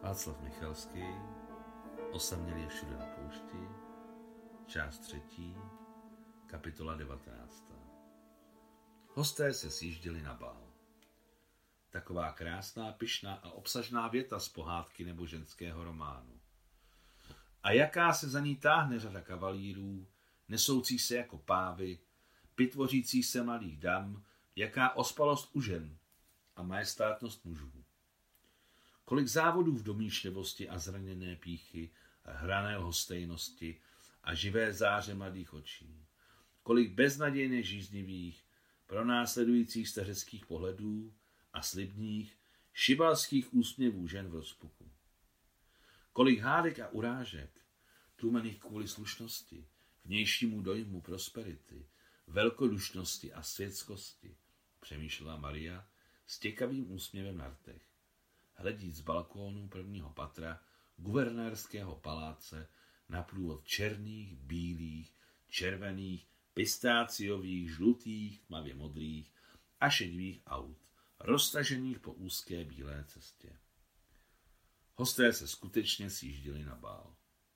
Václav Michalský, Osamělý je všude na poušti, část 3, kapitola 19. Hosté se sjížděli na bál. Taková krásná, pyšná a obsažná věta z pohádky nebo ženského románu. A jaká se za ní táhne řada kavalírů, nesoucí se jako pávy, pitvořící se mladých dam, jaká ospalost u žen a majestátnost mužů. Kolik závodů v domýšlivosti a zraněné pýchy, hrané lhostejnosti a živé záře mladých očí. Kolik beznadějně žíznivých, pronásledujících stařeckých pohledů a slibných, šibalských úsměvů žen v rozpuku. Kolik hádek a urážek, tlumených kvůli slušnosti, vnějšímu dojmu prosperity, velkodušnosti a světskosti, přemýšlela Maria s těkavým úsměvem na rtech, hledíc z balkónu prvního patra guvernérského paláce na průvod černých, bílých, červených, pistáciových, žlutých, tmavě modrých a šedivých aut, roztažených po úzké bílé cestě. Hosté se skutečně sjížděli na bál.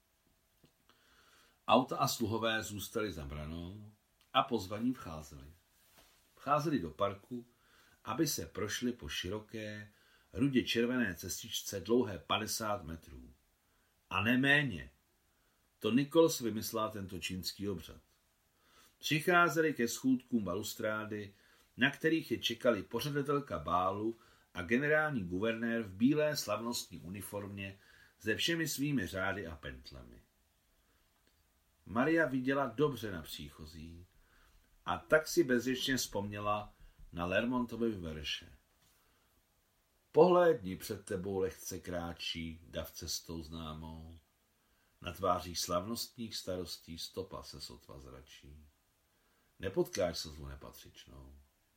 Auta a sluhové zůstali za branou a pozvaní vcházeli. Vcházeli do parku, aby se prošli po široké, rudě červené cestičce dlouhé 50 metrů. A neméně. To Nichols vymyslel tento čínský obřad. Přicházeli ke schůdkům balustrády, na kterých je čekali pořadatelka bálu a generální guvernér v bílé slavnostní uniformě se všemi svými řády a pentlemi. Maria viděla dobře na příchozí a tak si bezřečně vzpomněla na Lermontovy verše. Pohlédni, před tebou lehce kráčí dav cestou známou, na tvářích slavnostních starostí stopa se sotva zračí. Nepotkáš se zlu nepatřičnou.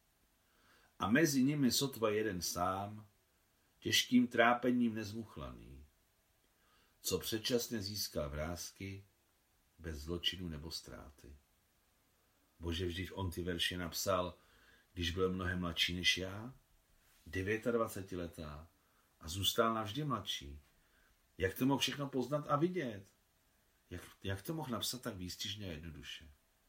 A mezi nimi sotva jeden sám, těžkým trápením nezmuchlaný, co předčasně získal vrásky, bez zločinu nebo ztráty. Bože, vždyť on ty verše napsal, když byl mnohem mladší než já, 29letá, a zůstal navždy mladší. Jak to mohl všechno poznat a vidět? Jak to mohl napsat tak výstižně a jednoduše?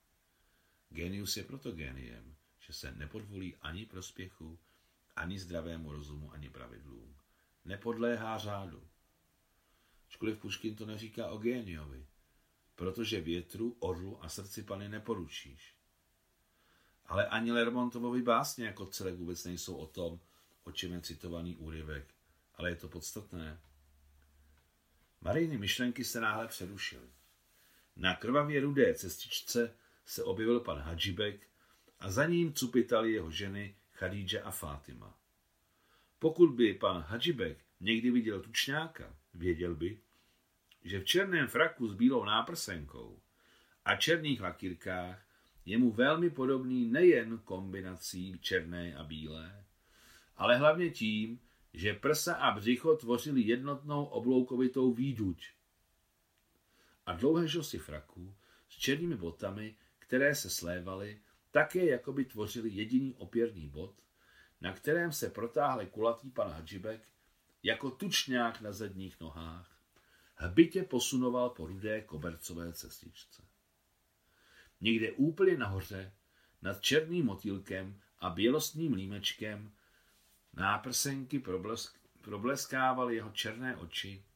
Génius je proto géniem, že se nepodvolí ani prospěchu, ani zdravému rozumu, ani pravidlům. Nepodléhá řádu. Ačkoliv Puškin to neříká o géniovi, protože větru, orlu a srdci Panny neporučíš. Ale ani Lermontovovi básně jako celek vůbec nejsou o tom, o čem je citovaný úryvek, ale je to podstatné. Marijiny myšlenky se náhle přerušily. Na krvavě rudé cestičce se objevil pan Hadžibek a za ním cupitali jeho ženy Chadídža a Fátima. Pokud by pan Hadžibek někdy viděl tučňáka, věděl by, že v černém fraku s bílou náprsenkou a černých lakírkách je mu velmi podobný nejen kombinací černé a bílé, ale hlavně tím, že prsa a břicho tvořily jednotnou obloukovitou výduť. A dlouhé žosy fraku s černými botami, které se slévaly, také jakoby tvořily jediný opěrný bod, na kterém se protáhl kulatý pan Hadžibek jako tučňák na zadních nohách, hbitě posunoval po rudé kobercové cestičce. Někde úplně nahoře, nad černým motýlkem a bělostným límečkem, náprsenky probleskávaly jeho černé oči,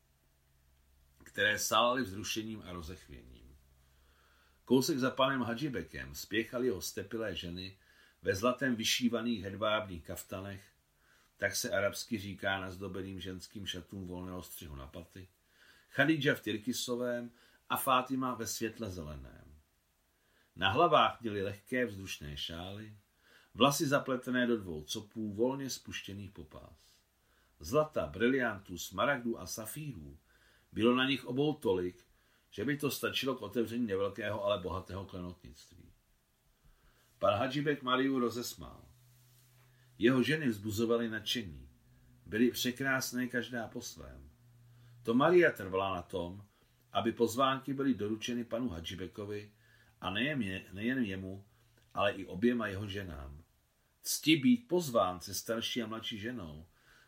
které sálaly vzrušením a rozechvěním. Kousek za panem Hadžibekem spěchaly jeho stepilé ženy ve zlatém vyšívaných hedvábných kaftanech, tak se arabsky říká nazdobeným ženským šatům volného střihu na paty, Chadídža v tyrkysovém a Fátima ve světle zeleném. Na hlavách měly lehké vzdušné šály, vlasy zapletené do 2 copů volně spuštěných po pás. Zlata, briliantů, smaragdů a safírů bylo na nich obou tolik, že by to stačilo k otevření nevelkého, ale bohatého klenotnictví. Pan Hadžibek Mariu rozesmál. Jeho ženy vzbuzovaly nadšení. Byly překrásné každá po svém. To Maria trvala na tom, aby pozvánky byly doručeny panu Hadžibekovi a nejen jemu, ale i oběma jeho ženám. Cti být pozván se starší a mladší ženou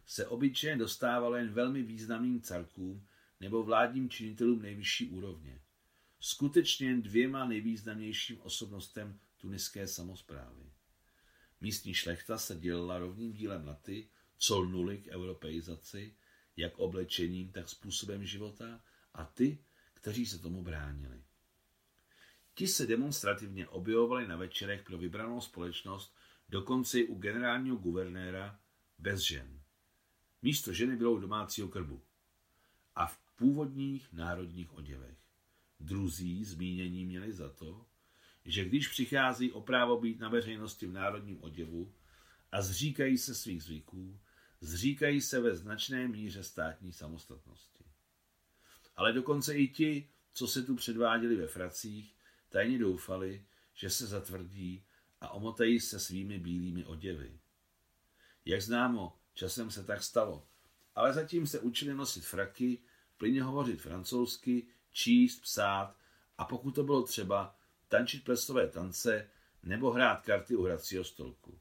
se obyčejně dostávalo jen velmi významným carkům nebo vládním činitelům nejvyšší úrovně. Skutečně jen 2 nejvýznamnějším osobnostem tuniské samosprávy. Místní šlechta se dělila rovným dílem na ty, co lnuli k europeizaci, jak oblečením, tak způsobem života, a ty, kteří se tomu bránili. Ti se demonstrativně objevovali na večerech pro vybranou společnost, dokonce i u generálního guvernéra, bez žen. Místo ženy bylo u domácího krbu a v původních národních oděvech. Druzí zmínění měli za to, že když přichází o právo být na veřejnosti v národním oděvu a zříkají se svých zvyků, zříkají se ve značné míře státní samostatnosti. Ale dokonce i ti, co se tu předváděli ve fracích, tajně doufali, že se zatvrdí a omotají se svými bílými oděvy. Jak známo, časem se tak stalo, ale zatím se učili nosit fraky, plynně hovořit francouzsky, číst, psát a pokud to bylo třeba, tančit plesové tance nebo hrát karty u hracího stolku.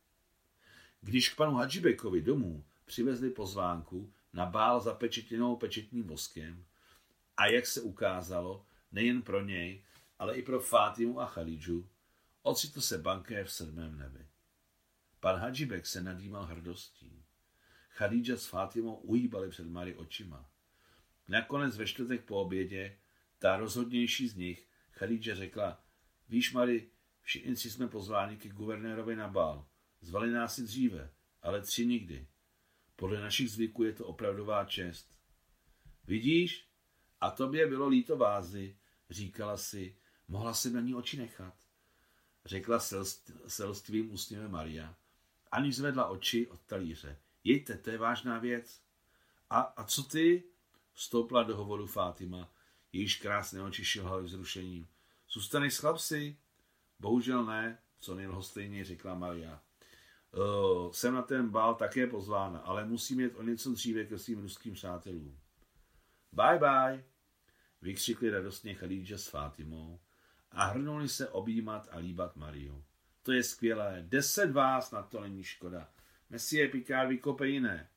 Když k panu Hadžibekovi domů přivezli pozvánku na bál zapečetěnou pečetním voskem a jak se ukázalo, nejen pro něj, ale i pro Fátimu a Chadidžu, ocitl se bankér v 7. nebi. Pan Hadžibek se nadýmal hrdostí. Chadidža s Fátimou uhýbali před Mary očima. Nakonec ve čtvrtek po obědě ta rozhodnější z nich, Chadidža, řekla: víš, Mary, všichni 3 jsme pozváni ke guvernérovi na bál. Zvali nás i dříve, ale 3 nikdy. Podle našich zvyků je to opravdová čest. Vidíš? A tobě bylo líto vázy, říkala si, mohla si na ní oči nechat. Řekla selstvým úsměvem Maria, aniž zvedla oči od talíře. Jejte, to je vážná věc. A co ty? Vstoupila do hovoru Fátima, jejíž krásné oči šilhaly vzrušením. Zůstaneš s chlapci? Bohužel ne, co nejlhostejněji řekla Maria. Jsem na ten bál také pozvána, ale musím jet o něco dříve ke svým ruským přátelům. Bye bye, vykřikli radostně Chadidža s Fátimou a hrnuli se objímat a líbat Mariu. To je skvělé, 10 vás, na to není škoda. Messie Picard vykope jiné.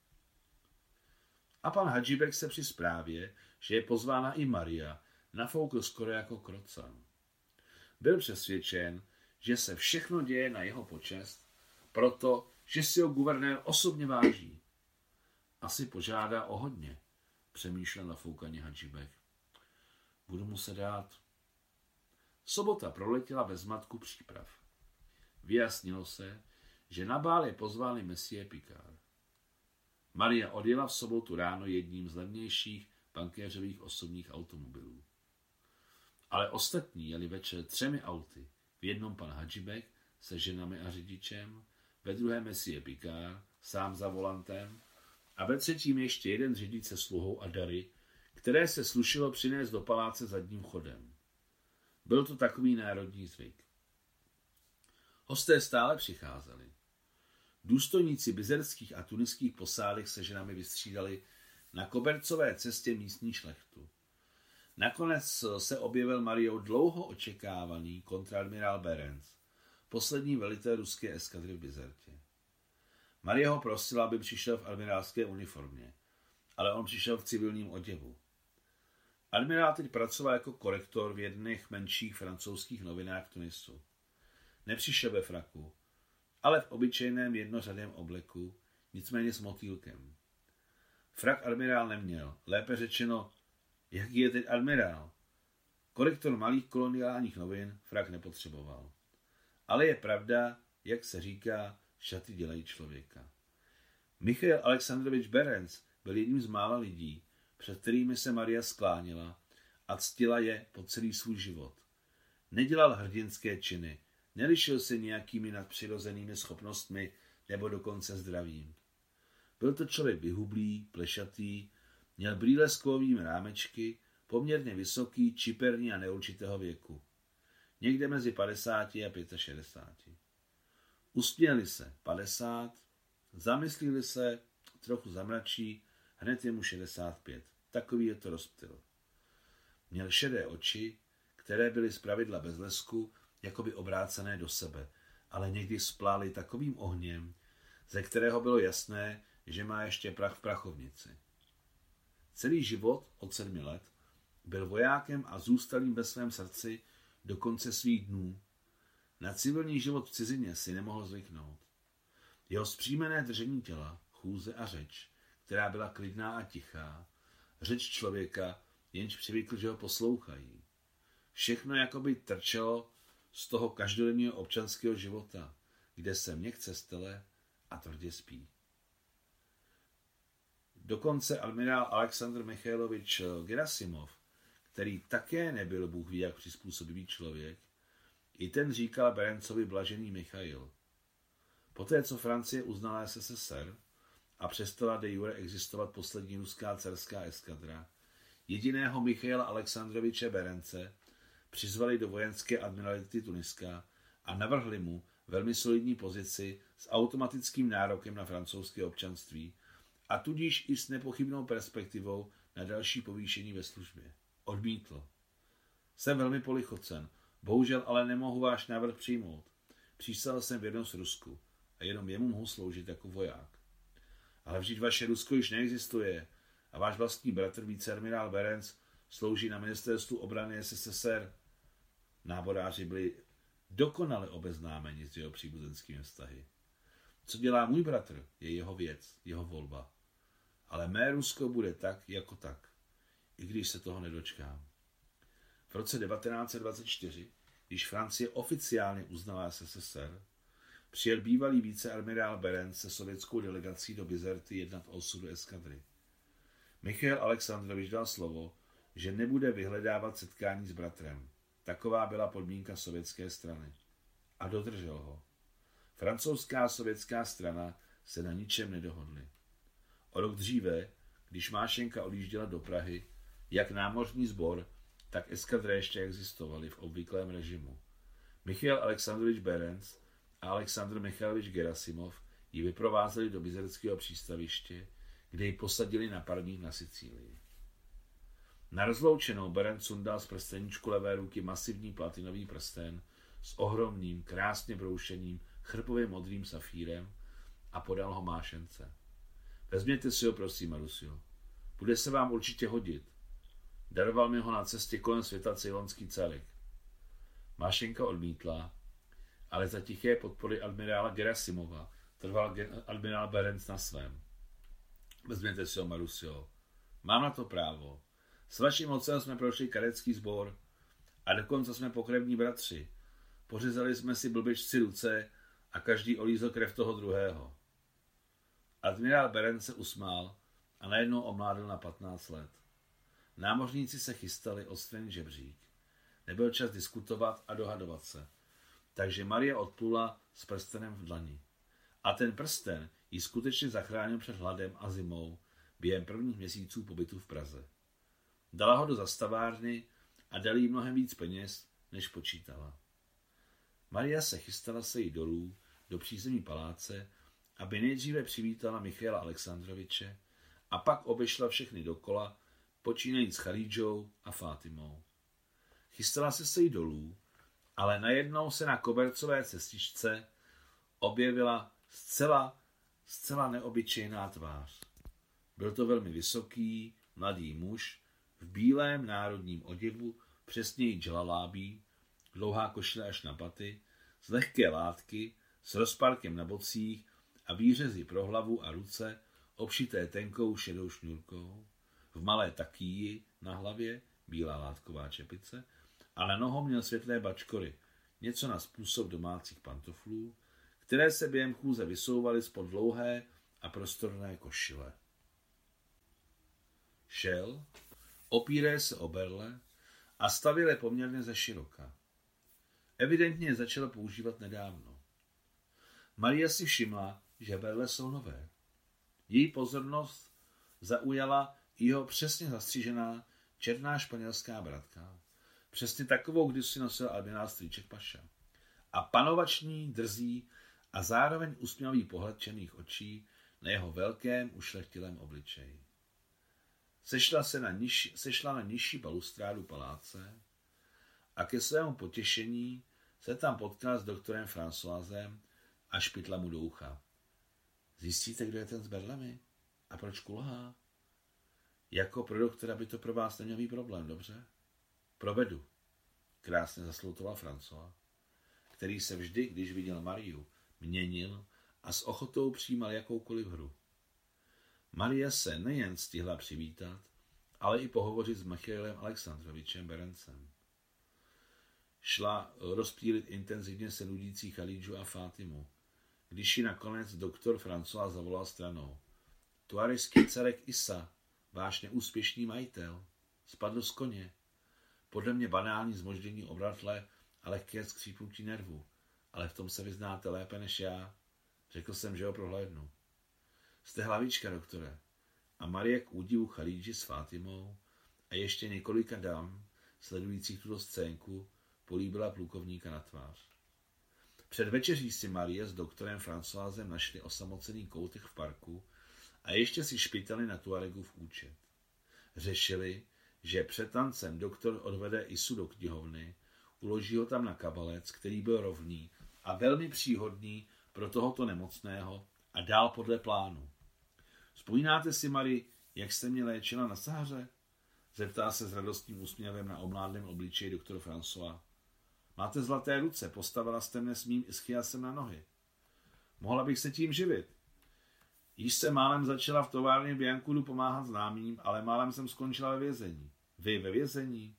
A pan Hadžibek se při zprávě, že je pozvána i Maria, nafoukl skoro jako krocan. Byl přesvědčen, že se všechno děje na jeho počest, proto, že si ho guvernér osobně váží. Asi požádá o hodně, přemýšlel nafoukaně Hadžibek. Budu muset dát. Sobota proletěla bez zmatku příprav. Vyjasnilo se, že na bál je pozvali Messie Picard. Maria odjela v sobotu ráno jedním z levnějších bankéřových osobních automobilů. Ale ostatní jeli večer 3 auty. V jednom pan Hadžibek se ženami a řidičem, ve druhém Messie Picard, sám za volantem, a ve třetím ještě jeden řidič se sluhou a dary, které se slušilo přinést do paláce zadním chodem. Byl to takový národní zvyk. Hosté stále přicházeli. Důstojníci bizerských a tuniských posádek se ženami vystřídali na kobercové cestě místní šlechtu. Nakonec se objevil Mariou dlouho očekávaný kontradmirál Berenc, poslední velitel ruské eskadry v Bizertě. Marie ho prosila, aby přišel v admirálské uniformě, ale on přišel v civilním oděvu. Admirál teď pracoval jako korektor v jedných menších francouzských novinách v Tunisu. Nepřišel ve fraku, ale v obyčejném jednořadém obleku, nicméně s motýlkem. Frak admirál neměl, lépe řečeno, jaký je teď admirál. Korektor malých koloniálních novin frak nepotřeboval. Ale je pravda, jak se říká, šaty dělají člověka. Michail Alexandrovič Berenc byl jedním z mála lidí, před kterými se Maria skláněla a ctila je po celý svůj život. Nedělal hrdinské činy, nelišil se nějakými nadpřirozenými schopnostmi nebo dokonce zdravím. Byl to člověk vyhublý, plešatý, měl brýle s kovovými rámečky, poměrně vysoký, čiperný a neurčitého věku. Někde mezi 50 a 65. Usměli se 50, zamyslili se, trochu zamračí, hned je mu 65. Takový je to rozptyl. Měl šedé oči, které byly zpravidla bez lesku, jakoby obrácené do sebe, ale někdy splály takovým ohněm, ze kterého bylo jasné, že má ještě prach v prachovnici. Celý život od 7 let byl vojákem a zůstal jim ve svém srdci do konce svých dnů. Na civilní život v cizině si nemohl zvyknout. Jeho zpříjmené držení těla, chůze a řeč, která byla klidná a tichá, řeč člověka, jenž přivykl, že ho poslouchají. Všechno jakoby trčelo z toho každodenního občanského života, kde se měkce stele a tvrdě spí. Dokonce admirál Alexandr Michailovič Gerasimov, který také nebyl bůh ví jak přizpůsobivý člověk, i ten říkal Berencovi blažený Michail. Poté, co Francie uznala SSSR a přestala de jure existovat poslední ruská carská eskadra, jediného Michaila Alexandroviče Berence přizvali do vojenské admirality Tuniska a navrhli mu velmi solidní pozici s automatickým nárokem na francouzské občanství a tudíž i s nepochybnou perspektivou na další povýšení ve službě. Odmítl. Jsem velmi polichocen, bohužel ale nemohu váš návrh přijmout. Přísahal jsem věrnost Rusku a jenom jemu mohu sloužit jako voják. Ale vždyť vaše Rusko již neexistuje a váš vlastní bratr viceadmirál Berenc slouží na ministerstvu obrany SSSR. Náboráři byli dokonale obeznámeni s jeho příbuzenskými vztahy. Co dělá můj bratr, je jeho věc, jeho volba. Ale mé Rusko bude tak, jako tak, i když se toho nedočkám. V roce 1924, když Francie oficiálně uznala SSSR, přijel bývalý viceadmirál Berenc se sovětskou delegací do Bizerty jednat o osudu eskadry. Michail Alexandrovič dal slovo, že nebude vyhledávat setkání s bratrem. Taková byla podmínka sovětské strany. A dodržel ho. Francouzská a sovětská strana se na ničem nedohodly. O rok dříve, když Mášenka odjížděla do Prahy, jak námořní sbor, tak eskadry ještě existovaly v obvyklém režimu. Michail Alexandrovič Berenc a Alexandr Michailovič Gerasimov ji vyprovázeli do bizertského přístaviště, kde ji posadili na parník na Sicílii. Na rozloučenou Berenc sundal z prsteníčku levé ruky masivní platinový prsten s ohromným, krásně broušeným, chrpově modrým safírem a podal ho Mášence. Vezměte si ho, prosím, Marusio. Bude se vám určitě hodit. Daroval mi ho na cestě kolem světa ceylonský carek. Mášenka odmítla, ale za tiché podpory admirála Gerasimova trval admirál Berenc na svém. Vezměte si ho, Marusio. Mám na to právo. S vaším otcem jsme prošli kadecký sbor a dokonce jsme pokrevní bratři. Pořezali jsme si blbečci ruce a každý olízl krev toho druhého. Admirál Berenc se usmál a najednou omládl na 15 let. Námořníci se chystali odstranit žebřík. Nebyl čas diskutovat a dohadovat se. Takže Marie odplula s prstenem v dlani. A ten prsten ji skutečně zachránil před hladem a zimou během prvních měsíců pobytu v Praze. Dala ho do zastavárny a dali jí mnohem víc peněz, než počítala. Maria se chystala sejít dolů do přízemí paláce, aby nejdříve přivítala Michaila Alexandroviče a pak obešla všechny dokola, počínajíc s Charidžou a Fátimou. Chystala se sejít dolů, ale najednou se na kobercové cestičce objevila zcela neobyčejná tvář. Byl to velmi vysoký, mladý muž v bílém národním oděvu, přesněji džlalábí, dlouhá košile až na paty, z lehké látky, s rozparkem na bocích a výřezy pro hlavu a ruce, obšité tenkou šedou šňůrkou, v malé takýji na hlavě, bílá látková čepice, a na nohou měl světlé bačkory, něco na způsob domácích pantoflů, které se během chůze vysouvaly spod dlouhé a prostorné košile. Šel, opíraje se o berle a stavil je poměrně zeširoka. Evidentně je začal používat nedávno. Maria si všimla, že berle jsou nové. Její pozornost zaujala jeho přesně zastřížená černá španělská bratka, přesně takovou, když si nosil admirál strýček Paša. A panovačný, drzý a zároveň usměvavý pohled černých očí na jeho velkém, ušlechtilém obličeji. Sešla na nižší balustrádu paláce a ke svému potěšení se tam potkala s doktorem Françoisem a špitla mu do ucha. Zjistíte, kdo je ten s berlemi? A proč kulhá? Jako pro doktora by to pro vás neměl být problém, dobře? Provedu, krásně zasloutoval François, který se vždy, když viděl Mariu, měnil a s ochotou přijímal jakoukoliv hru. Maria se nejen stihla přivítat, ale i pohovořit s Michailem Alexandrovičem Berencem. Šla rozptýlit intenzivně se nudící Chalidžu a Fátimu, když ji nakonec doktor François zavolal stranou. Tuarijský carek Isa, váš neúspěšný majitel, spadl z koně. Podle mě banální zmoždění obratle a lehké skřípnutí nervu, ale v tom se vyznáte lépe než já. Řekl jsem, že ho prohlédnu. Jste hlavička, doktore. A Marie k údivu Chalidži s Fátimou a ještě několika dam, sledujících tuto scénku, políbila plukovníka na tvář. Před večeří si Marie s doktorem Françoisem našli osamocený koutek v parku a ještě si špitali na Tuaregův účet. Řešili, že před tancem doktor odvede Isu do knihovny, uloží ho tam na kabalec, který byl rovný a velmi příhodný pro tohoto nemocného a dál podle plánu. Vzpomínáte si, Marie, jak jste mě léčila na Sáře? Zeptá se s radostným úsměvem na omládlém obličeji doktor François. Máte zlaté ruce, postavila jste mne s mým Ischiasem na nohy. Mohla bych se tím živit. Již jsem málem začala v továrně v Biancudu pomáhat známým, ale málem jsem skončila ve vězení. Vy ve vězení?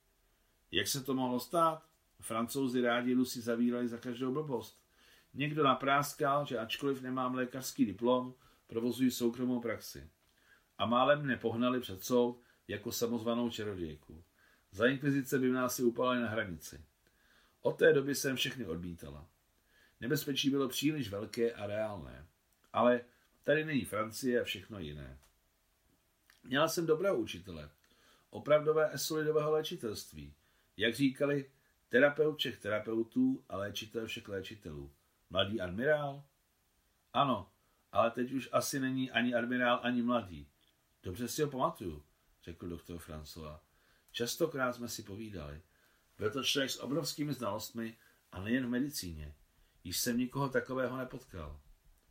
Jak se to mohlo stát? Francouzi rádi Lucy zavírali za každou blbost. Někdo napráskal, že ačkoliv nemám lékařský diplom, provozují soukromou praxi. A málem mne pohnali před soud jako samozvanou čarodějku. Za inkvizice by nás si upalili na hranici. Od té doby jsem všechny odmítala. Nebezpečí bylo příliš velké a reálné. Ale tady není Francie a všechno jiné. Měla jsem dobrého učitele. Opravdové esolidového léčitelství. Jak říkali, terapeut všech terapeutů a léčitel všech léčitelů. Mladý admirál? Ano, ale teď už asi není ani admirál, ani mladý. Dobře si ho pamatuju, řekl doktor François. Častokrát jsme si povídali. Byl to člověk s obrovskými znalostmi a nejen v medicíně. Již jsem nikoho takového nepotkal.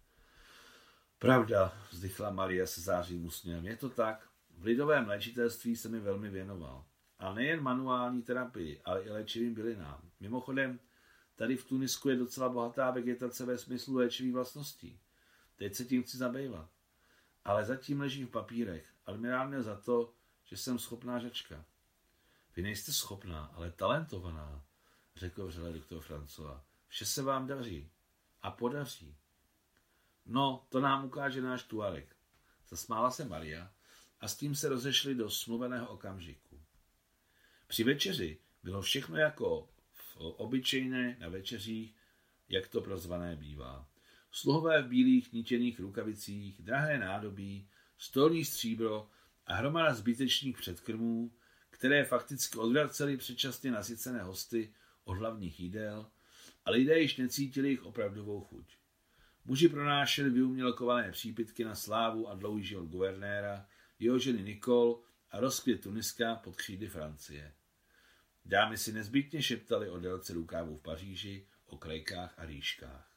Pravda, vzdychla Maria se zářivým úsměvem. Je to tak. V lidovém léčitelství se mi velmi věnoval. A nejen manuální terapii, ale i léčivým bylinám. Mimochodem, tady v Tunisku je docela bohatá vegetace ve smyslu léčivých vlastností. Teď se tím chci zabývat. Ale zatím ležím v papírech. Admirál měl za to, že jsem schopná žačka. Vy nejste schopná, ale talentovaná, řekl vřele doktor François. Vše se vám daří. A podaří. No, to nám ukáže náš Tuareg. Zasmála se Maria a s tím se rozešli do smluveného okamžiku. Při večeři bylo všechno jako v obyčejné na večeřích, jak to prozvané bývá. Sluhové v bílých ničených rukavicích, drahé nádobí, stolní stříbro a hromada zbytečných předkrmů, které fakticky odvracely předčasně nasycené hosty od hlavních jídel a lidé již necítili jejich opravdovou chuť. Muži pronášeli vyumělkované přípitky na slávu a dlouhý život guvernéra, jeho ženy Nicole a rozkvět Tuniska pod křídly Francie. Dámy si nezbytně šeptaly o délce rukávu v Paříži, o krajkách a rýškách.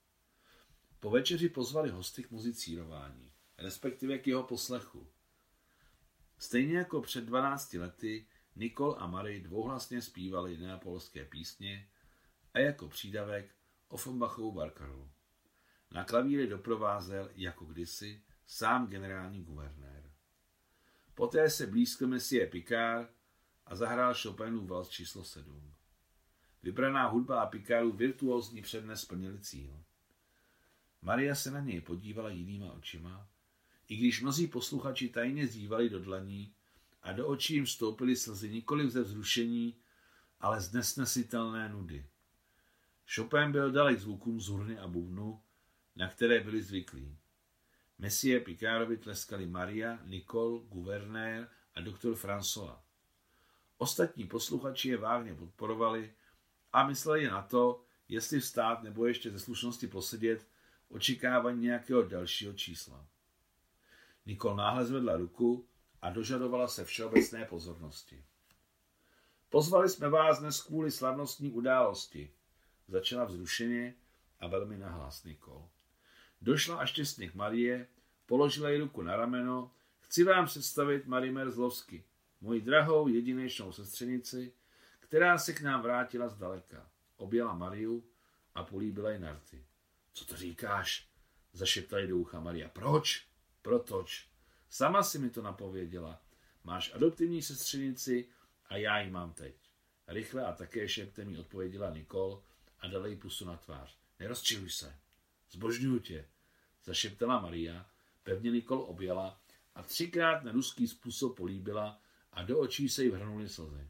Po večeři pozvali hosty k muzicírování, respektive k jeho poslechu. Stejně jako před 12 lety Nicole a Marie dvouhlasně zpívali neapolské písně a jako přídavek Offenbachovu barkaru. Na klavíry doprovázel, jako kdysi, sám generální guvernér. Poté se blízkl Monsieur Picard a zahrál Chopinův vals číslo 7. Vybraná hudba a Picardův virtuózní přednes splnili cíl. Maria se na něj podívala jinýma očima, i když mnozí posluchači tajně zívali do dlaní a do očí jim vstoupily slzy nikoliv ze vzrušení, ale z nesnesitelné nudy. Chopin byl dalek zvukům zurny a bubnu, na které byli zvyklí. Monsieur Picardovi tleskali Maria, Nicole, guvernér a doktor François. Ostatní posluchači je vážně podporovali a mysleli na to, jestli vstát nebo ještě ze slušnosti posedět v očekávání nějakého dalšího čísla. Nicole náhle zvedla ruku a dožadovala se všeobecné pozornosti. Pozvali jsme vás dnes kvůli slavnostní události, začala vzrušeně a velmi nahlas Nicole. Došla až těsně k Marie, položila jí ruku na rameno. Chci vám představit Marie Merzlovsky, moji drahou jedinečnou sestřenici, která se k nám vrátila zdaleka. Objela Mariu a políbila jí na rty. Co to říkáš? Zašeptala jí do ucha Maria. Proč? Protoč. Sama si mi to napověděla. Máš adoptivní sestřenici a já ji mám teď. Rychle a také šeptem jí odpověděla Nicole a dala jí pusu na tvář. Nerozčiluj se. Zbožňuju tě, zašeptala Maria, pevně Nicole objala a 3krát na ruský způsob políbila a do očí se jí vrhnuly slzy.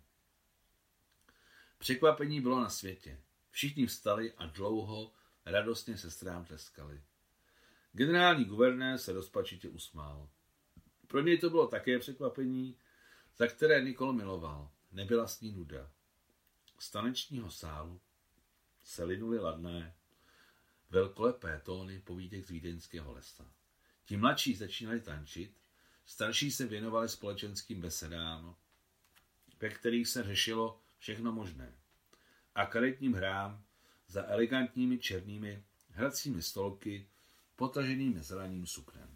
Překvapení bylo na světě. Všichni vstali a dlouho radostně sestrám tleskali. Generální guvernér se rozpačitě usmál. Pro něj to bylo také překvapení, za které Nicole miloval. Nebyla s ní nuda. Z tanečního sálu se linuly ladné, velkolepé tóny povídek z vídeňského lesa. Ti mladší začínali tančit, starší se věnovali společenským besedám, ve kterých se řešilo všechno možné, a karetním hrám za elegantními černými hracími stolky potaženými zeleným suknem.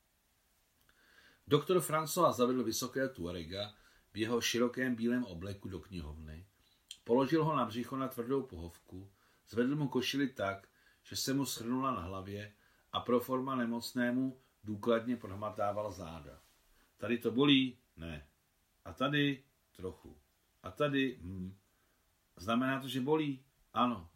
Doktor François zavedl vysokého Tuarega v jeho širokém bílém obleku do knihovny, položil ho na břicho na tvrdou pohovku, zvedl mu košili tak, že se mu shrnula na hlavě a pro forma nemocnému důkladně prohmatával záda. Tady to bolí? Ne. A tady? Trochu. A tady? Znamená to, že bolí? Ano.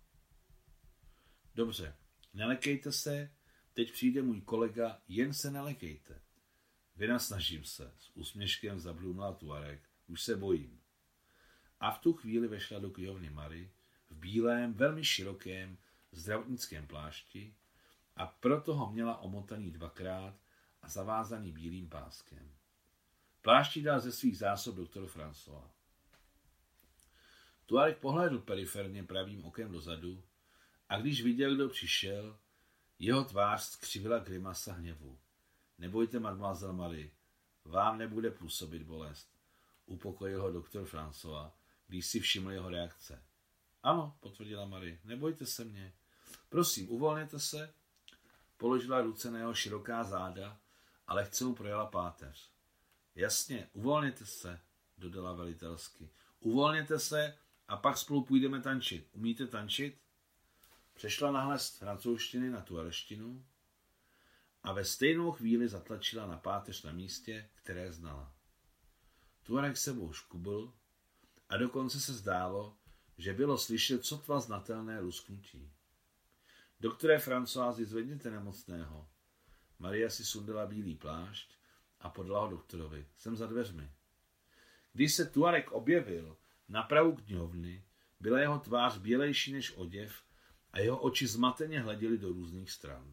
Dobře, nelekejte se, teď přijde můj kolega, jen se nelekejte. Vynasnažím se, s úsměškem zablumlal Tuareg, už se bojím. A v tu chvíli vešla do knihovny Marie v bílém, velmi širokém zdravotnickém plášti a proto ho měla omotaný 2krát a zavázaný bílým páskem. Plášti dal ze svých zásob doktor François. Tuareg pohlédl periferně pravým okem dozadu a když viděl, kdo přišel, jeho tvář skřivila grimasa hněvu. Nebojte, mademoiselle Marie, vám nebude působit bolest, upokojil ho doktor François, když si všiml jeho reakce. Ano, potvrdila Marie, nebojte se mě. Prosím, uvolněte se. Položila ruce na jeho široká záda a lehce mu projela páteř. Jasně, uvolněte se, dodala velitelsky. Uvolněte se a pak spolu půjdeme tančit. Umíte tančit? Přešla nahle z francouzštiny na tuareštinu a ve stejnou chvíli zatlačila na páteř na místě, které znala. Tuareg sebou škubl a dokonce se zdálo, že bylo slyšet sotva znatelné lusknutí. Doktore Françoisi, zvedněte nemocného. Maria si sundala bílý plášť a podala ho doktorovi. Jsem za dveřmi. Když se Tuareg objevil na prahu knihovny, byla jeho tvář bělejší než oděv a jeho oči zmateně hleděly do různých stran.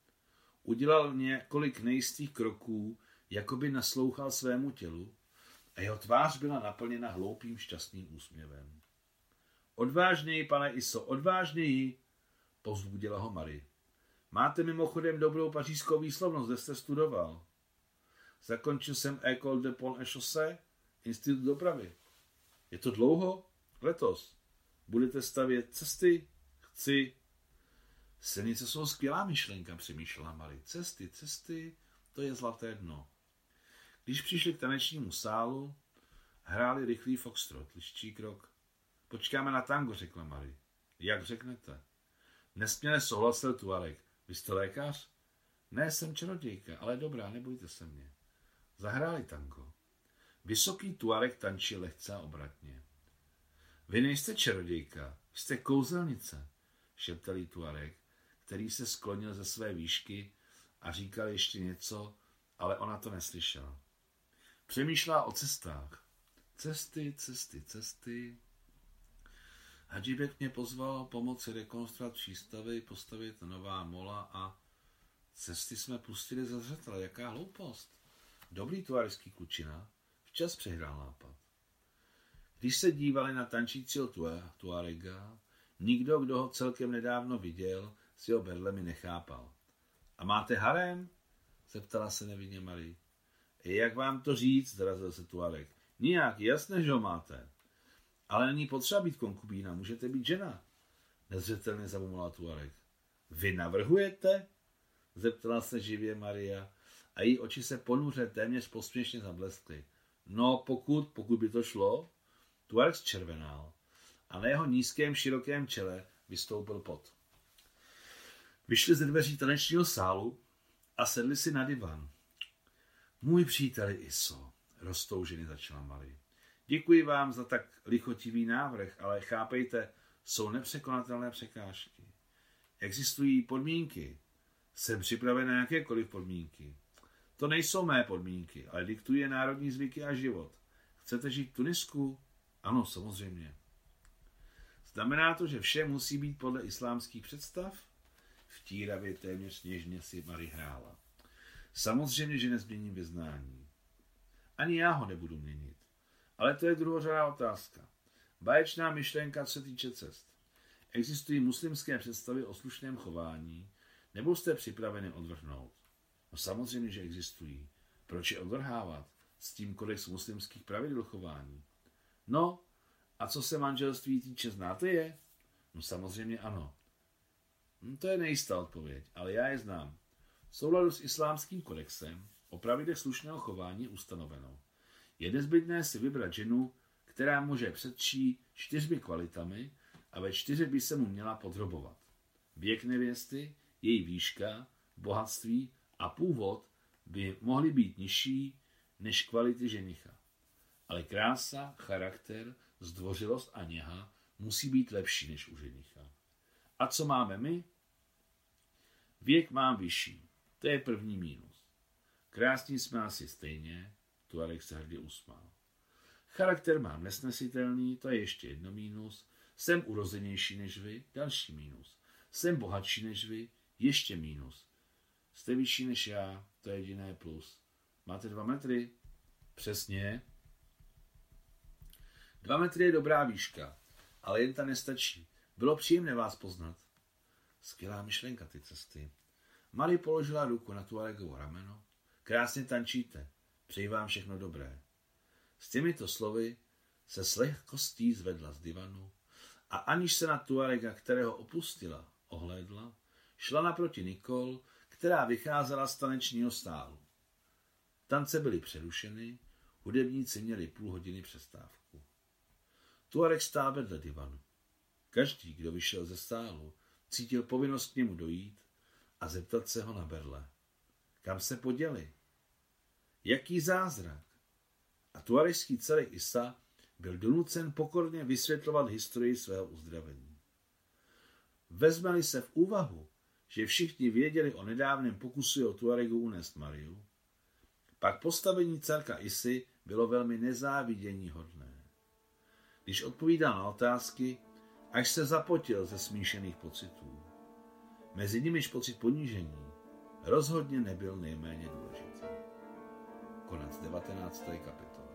Udělal několik nejistých kroků, jako by naslouchal svému tělu, a jeho tvář byla naplněna hloupým šťastným úsměvem. Odvážněji, pane Iso, odvážněji, povzbudila ho Marie. Máte mimochodem dobrou pařížskou výslovnost, kde jste studoval. Zakončil jsem École de Pont et Chaussée, institut dopravy. Je to dlouho? Letos. Budete stavět cesty? Chci. Silnice jsou skvělá myšlenka, přemýšlela Marie. Cesty, to je zlaté dno. Když přišli k tanečnímu sálu, hráli rychlý foxtrot, liščí krok. Počkáme na tango, řekla Marie. Jak řeknete? Nesměle souhlasil Tuareg. Vy jste lékař? Ne, jsem čarodějka, ale dobrá, nebojte se mě. Zahráli tango. Vysoký Tuareg tančil lehce a obratně. Vy nejste čarodějka, jste kouzelnice, šeptal jí Tuareg, který se sklonil ze své výšky a říkal ještě něco, ale ona to neslyšela. Přemýšlela o cestách. Cesty. Hadžibek mě pozval pomoci rekonstruovat přístavy, postavit nová mola a cesty jsme pustili ze zřetele. Jaká hloupost. Dobrý tuarežský klučina. Včas přehrál nápad. Když se dívali na tančícího Tuarega, nikdo, kdo ho celkem nedávno viděl, si ho berlemi nechápal. A máte harem? Zeptala se nevinně Marie. Jak vám to říct, zarazil se Tuareg. Nijak, jasné, že ho máte. Ale není potřeba být konkubína, můžete být žena. Nezřetelně zamumlal Tuareg. Vy navrhujete? zeptala se živě Maria a její oči se ponuře téměř posměšně zableskly. No, pokud by to šlo, Tuareg zčervenal a na jeho nízkém, širokém čele vystoupil pot. Vyšli ze dveří tanečního sálu a sedli si na divan. Můj příteli Iso, roztouženě začala Marie. Děkuji vám za tak lichotivý návrh, ale chápejte, jsou nepřekonatelné překážky. Existují podmínky. Jsem připraven na jakékoliv podmínky. To nejsou mé podmínky, ale diktuje národní zvyky a život. Chcete žít v Tunisku? Ano, samozřejmě. Znamená to, že vše musí být podle islámských představ? Vtíravě téměř něžně si Marie hrála. Samozřejmě, že nezměním vyznání. Ani já ho nebudu měnit. Ale to je druhořadá otázka. Báječná myšlenka, co se týče cest. Existují muslimské představy o slušném chování, nebo jste připraveni odvrhnout? No samozřejmě, že existují. Proč je odvrhávat? S tím kodex muslimských pravidel chování. No, a co se manželství týče, znáte je? No samozřejmě ano. To je nejistá odpověď, ale já je znám. V souladu s islámským kodexem o pravidlech slušného chování je ustanoveno. Je nezbytné si vybrat ženu, která může předčí 4 kvalitami a ve 4 by se mu měla podrobovat. Věk nevěsty, její výška, bohatství a původ by mohly být nižší než kvality ženicha. Ale krása, charakter, zdvořilost a něha musí být lepší než u ženicha. A co máme my? Věk mám vyšší. To je první mínus. Krásní jsme asi stejně, Tuareg se hrdě usmál. Charakter mám nesnesitelný, to je ještě jedno mínus. Jsem urozenější než vy, další mínus. Jsem bohatší než vy, ještě mínus. Jste vyšší než já, to je jediné plus. Máte 2 metry? Přesně. 2 metry je dobrá výška, ale jen ta nestačí. Bylo příjemné vás poznat. Skvělá myšlenka ty cesty. Marie položila ruku na Tuaregovo rameno. Krásně tančíte. Přeji vám všechno dobré. S těmito slovy se s lehkostí zvedla z divanu a aniž se na Tuarega, kterého opustila, ohlédla, šla naproti Nicole, která vycházela z tanečního sálu. Tance byly přerušeny, hudebníci měli půl hodiny přestávku. Tuareg stál vedle divanu. Každý, kdo vyšel ze sálu, cítil povinnost k němu dojít a zeptat se ho na berle. Kam se poděli? Jaký zázrak? A tuarežský celek Isa byl donucen pokorně vysvětlovat historii svého uzdravení. Vezme-li se v úvahu, že všichni věděli o nedávném pokusu o Tuaregu unést Mariu, pak postavení dcerka Isy bylo velmi nezáviděníhodné. Když odpovídal na otázky, až se zapotil ze smíšených pocitů. Mezi nimiž pocit ponížení rozhodně nebyl nejméně důležitý. Konec 19. kapitoly.